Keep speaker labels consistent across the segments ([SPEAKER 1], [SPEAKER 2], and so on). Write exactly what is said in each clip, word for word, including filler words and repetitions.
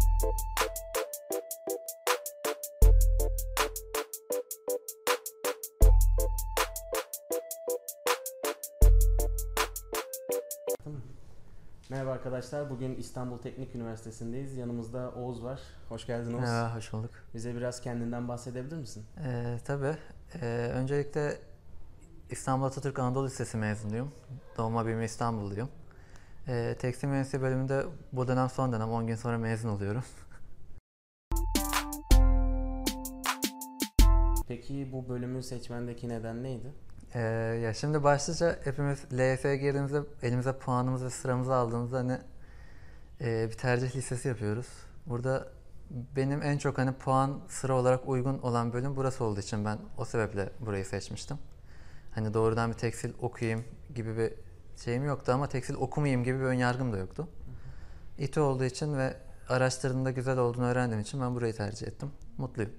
[SPEAKER 1] Merhaba arkadaşlar, bugün İstanbul Teknik Üniversitesi'ndeyiz. Yanımızda Oğuz var. Hoş geldin Oğuz.
[SPEAKER 2] Merhaba, hoş bulduk.
[SPEAKER 1] Bize biraz kendinden bahsedebilir misin?
[SPEAKER 2] Ee, tabii. Ee, öncelikle İstanbul Atatürk Anadolu Lisesi mezunuyum. Doğma büyüme İstanbulluyum. Ee, Tekstil Mühendisliği bölümünde bu dönem son dönem, on gün sonra mezun oluyorum.
[SPEAKER 1] Peki bu bölümü seçmendeki neden neydi?
[SPEAKER 2] Ee, ya şimdi başlıca hepimiz L Y S'ye girdiğimizde elimize puanımızı ve sıramızı aldığımızda hani e, bir tercih listesi yapıyoruz. Burada benim en çok hani puan sıra olarak uygun olan bölüm burası olduğu için ben o sebeple burayı seçmiştim. Hani doğrudan bir tekstil okuyayım gibi bir şeyim yoktu ama tekstil okumayayım gibi bir önyargım da yoktu. İTÜ olduğu için ve araştırdığımda güzel olduğunu öğrendiğim için ben burayı tercih ettim. Mutluyum.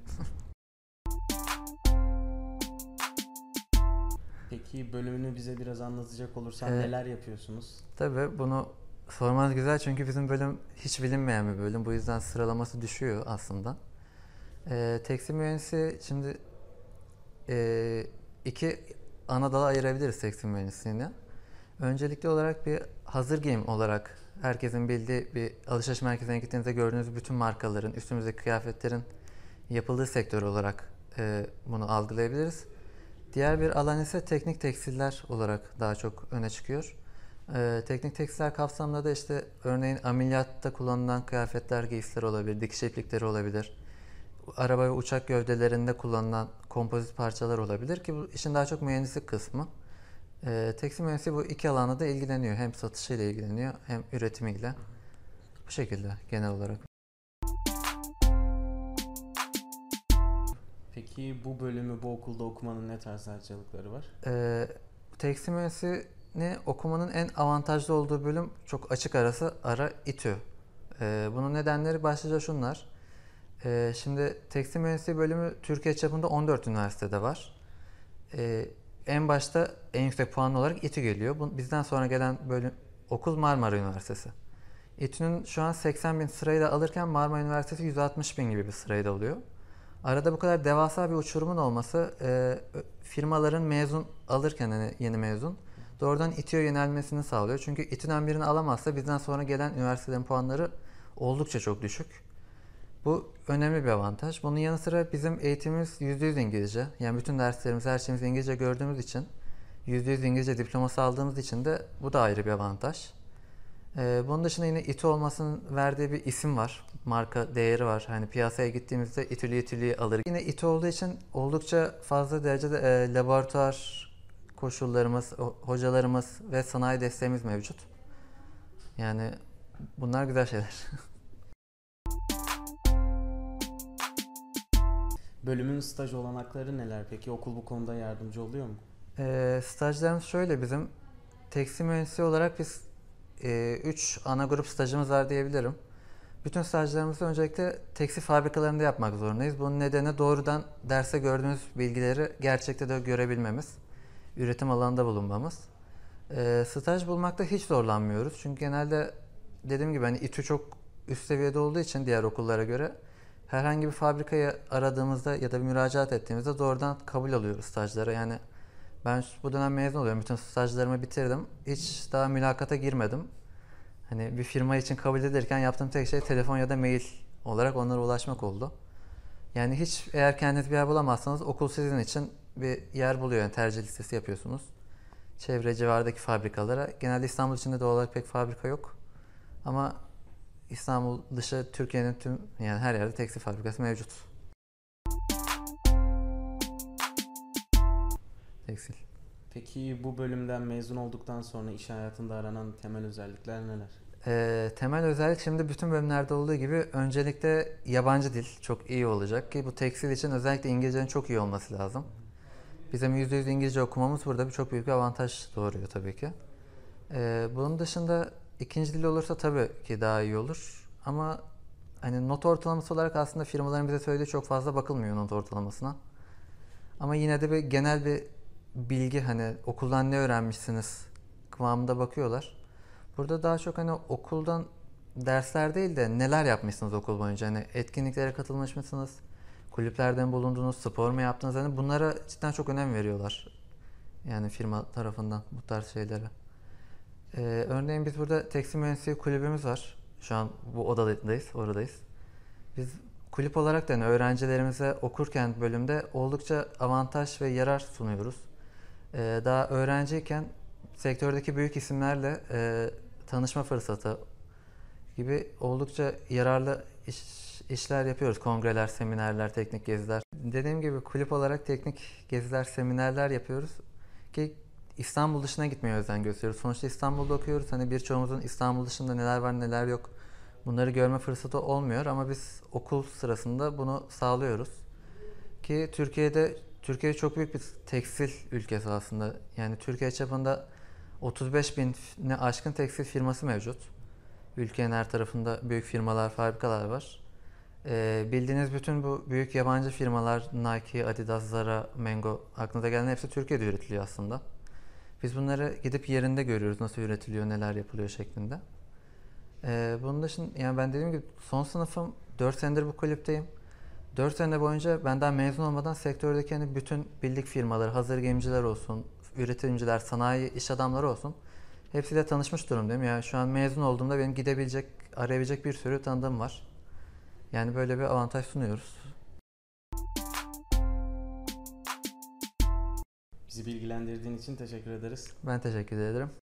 [SPEAKER 1] Peki bölümünü bize biraz anlatacak olursan
[SPEAKER 2] Ee,
[SPEAKER 1] neler yapıyorsunuz?
[SPEAKER 2] Tabii bunu sormanız güzel çünkü bizim bölüm hiç bilinmeyen bir bölüm. Bu yüzden sıralaması düşüyor aslında. Ee, tekstil mühendisi şimdi e, iki ana dala ayırabiliriz tekstil mühendisliğini. Öncelikli olarak bir hazır giyim olarak herkesin bildiği bir alışveriş merkezine gittiğinizde gördüğünüz bütün markaların, üstümüzdeki kıyafetlerin yapıldığı sektör olarak e, bunu algılayabiliriz. Diğer bir alan ise teknik tekstiller olarak daha çok öne çıkıyor. Ee, teknik tekstiller kapsamında da işte örneğin ameliyatta kullanılan kıyafetler, giysiler olabilir, dikiş iplikleri olabilir. Araba ve uçak gövdelerinde kullanılan kompozit parçalar olabilir ki bu işin daha çok mühendislik kısmı. Ee, tekstil mühendisliği bu iki alanda da ilgileniyor. Hem satışıyla ilgileniyor hem üretimiyle. Bu şekilde genel olarak.
[SPEAKER 1] Peki bu bölümü bu okulda okumanın ne tarz ayrıcalıkları var?
[SPEAKER 2] Ee, tekstil mühendisliğini okumanın en avantajlı olduğu bölüm çok açık arası ara İTÜ. Ee, bunun nedenleri başlıca şunlar. Ee, şimdi tekstil mühendisliği bölümü Türkiye çapında on dört üniversitede var. Ee, en başta en yüksek puanlı olarak İTÜ geliyor. Bu, bizden sonra gelen bölüm okul Marmara Üniversitesi. İTÜ'nün şu an seksen bin sırayla alırken Marmara Üniversitesi yüz altmış bin gibi bir sırayla alıyor. Arada bu kadar devasa bir uçurumun olması e, firmaların mezun alırken hani yeni mezun doğrudan İTÜ'ye yönelmesini sağlıyor. Çünkü İTÜ'den birini alamazsa bizden sonra gelen üniversitelerin puanları oldukça çok düşük. Bu önemli bir avantaj. Bunun yanı sıra bizim eğitimimiz yüzde yüz İngilizce. Yani bütün derslerimiz, her şeyimiz İngilizce gördüğümüz için, yüzde yüz İngilizce diploması aldığımız için de bu da ayrı bir avantaj. Ee, bunun dışında yine İTÜ olmasının verdiği bir isim var. Marka değeri var. Hani piyasaya gittiğimizde İTÜ'lü İTÜ'lüyü alır. Yine İTÜ olduğu için oldukça fazla derecede e, laboratuvar koşullarımız, hocalarımız ve sanayi desteğimiz mevcut. Yani bunlar güzel şeyler.
[SPEAKER 1] Bölümün staj olanakları neler peki? Okul bu konuda yardımcı oluyor mu?
[SPEAKER 2] E, stajlarımız şöyle bizim tekstil mühendisi olarak biz üç e, ana grup stajımız var diyebilirim. Bütün stajlarımızı öncelikle tekstil fabrikalarında yapmak zorundayız. Bunun nedeni doğrudan derste gördüğümüz bilgileri gerçekte de görebilmemiz, üretim alanında bulunmamız. E, staj bulmakta hiç zorlanmıyoruz. Çünkü genelde dediğim gibi hani İTÜ çok üst seviyede olduğu için diğer okullara göre herhangi bir fabrikayı aradığımızda ya da bir müracaat ettiğimizde doğrudan kabul alıyoruz stajlara. Yani ben bu dönem mezun oluyorum. Bütün stajlarımı bitirdim. Hiç daha mülakata girmedim. Hani bir firma için kabul edilirken yaptığım tek şey telefon ya da mail olarak onlara ulaşmak oldu. Yani hiç eğer kendiniz bir yer bulamazsanız okul sizin için bir yer buluyor. Yani tercih listesi yapıyorsunuz. Çevre civardaki fabrikalara. Genelde İstanbul içinde doğal olarak pek fabrika yok. Ama İstanbul dışı Türkiye'nin tüm yani her yerde tekstil fabrikası mevcut. Tekstil.
[SPEAKER 1] Peki bu bölümden mezun olduktan sonra iş hayatında aranan temel özellikler neler?
[SPEAKER 2] Ee, temel özellik şimdi bütün bölümlerde olduğu gibi öncelikle yabancı dil çok iyi olacak ki bu tekstil için özellikle İngilizcenin çok iyi olması lazım. Bizim yüzde yüz İngilizce okumamız burada bir çok büyük bir avantaj doğuruyor tabii ki. Ee, bunun dışında ikinci dil olursa tabii ki daha iyi olur. Ama hani not ortalaması olarak aslında firmaların bize söylediği çok fazla bakılmıyor not ortalamasına. Ama yine de bir genel bir bilgi hani okuldan ne öğrenmişsiniz kıvamında bakıyorlar. Burada daha çok hani okuldan dersler değil de neler yapmışsınız okul boyunca? Hani etkinliklere katılmış mısınız? Kulüplerde mi bulundunuz? Spor mu yaptınız? Hani bunlara cidden çok önem veriyorlar. Yani firma tarafından bu tarz şeylere. Ee, örneğin biz burada tekstil mühendisliği kulübümüz var. Şu an bu odadayız, oradayız. Biz kulüp olarak da yani öğrencilerimize okurken bölümde oldukça avantaj ve yarar sunuyoruz. Ee, daha öğrenciyken sektördeki büyük isimlerle e, tanışma fırsatı gibi oldukça yararlı iş, işler yapıyoruz. Kongreler, seminerler, teknik geziler. Dediğim gibi kulüp olarak teknik geziler, seminerler yapıyoruz ki İstanbul dışına gitmeye özen gösteriyoruz. Sonuçta İstanbul'da okuyoruz. Hani birçoğumuzun İstanbul dışında neler var neler yok bunları görme fırsatı olmuyor ama biz okul sırasında bunu sağlıyoruz. Ki Türkiye'de Türkiye çok büyük bir tekstil ülkesi aslında. Yani Türkiye çapında otuz beş bini aşkın tekstil firması mevcut. Ülkenin her tarafında büyük firmalar, fabrikalar var. Ee, bildiğiniz bütün bu büyük yabancı firmalar Nike, Adidas, Zara, Mango aklınıza gelen hepsi Türkiye'de üretiliyor aslında. Biz bunları gidip yerinde görüyoruz nasıl üretiliyor, neler yapılıyor şeklinde. Ee, bunun dışında yani ben dediğim gibi son sınıfım, dört senedir bu kulüpteyim. dört sene boyunca benden mezun olmadan sektördeki hani bütün bildik firmalar, hazır gemiciler olsun, üretimciler, sanayi iş adamları olsun hepsiyle tanışmış durumdayım. Yani şu an mezun olduğumda benim gidebilecek, arayabilecek bir sürü tanıdığım var. Yani böyle bir avantaj sunuyoruz.
[SPEAKER 1] Bizi bilgilendirdiğin için teşekkür ederiz.
[SPEAKER 2] Ben teşekkür ederim.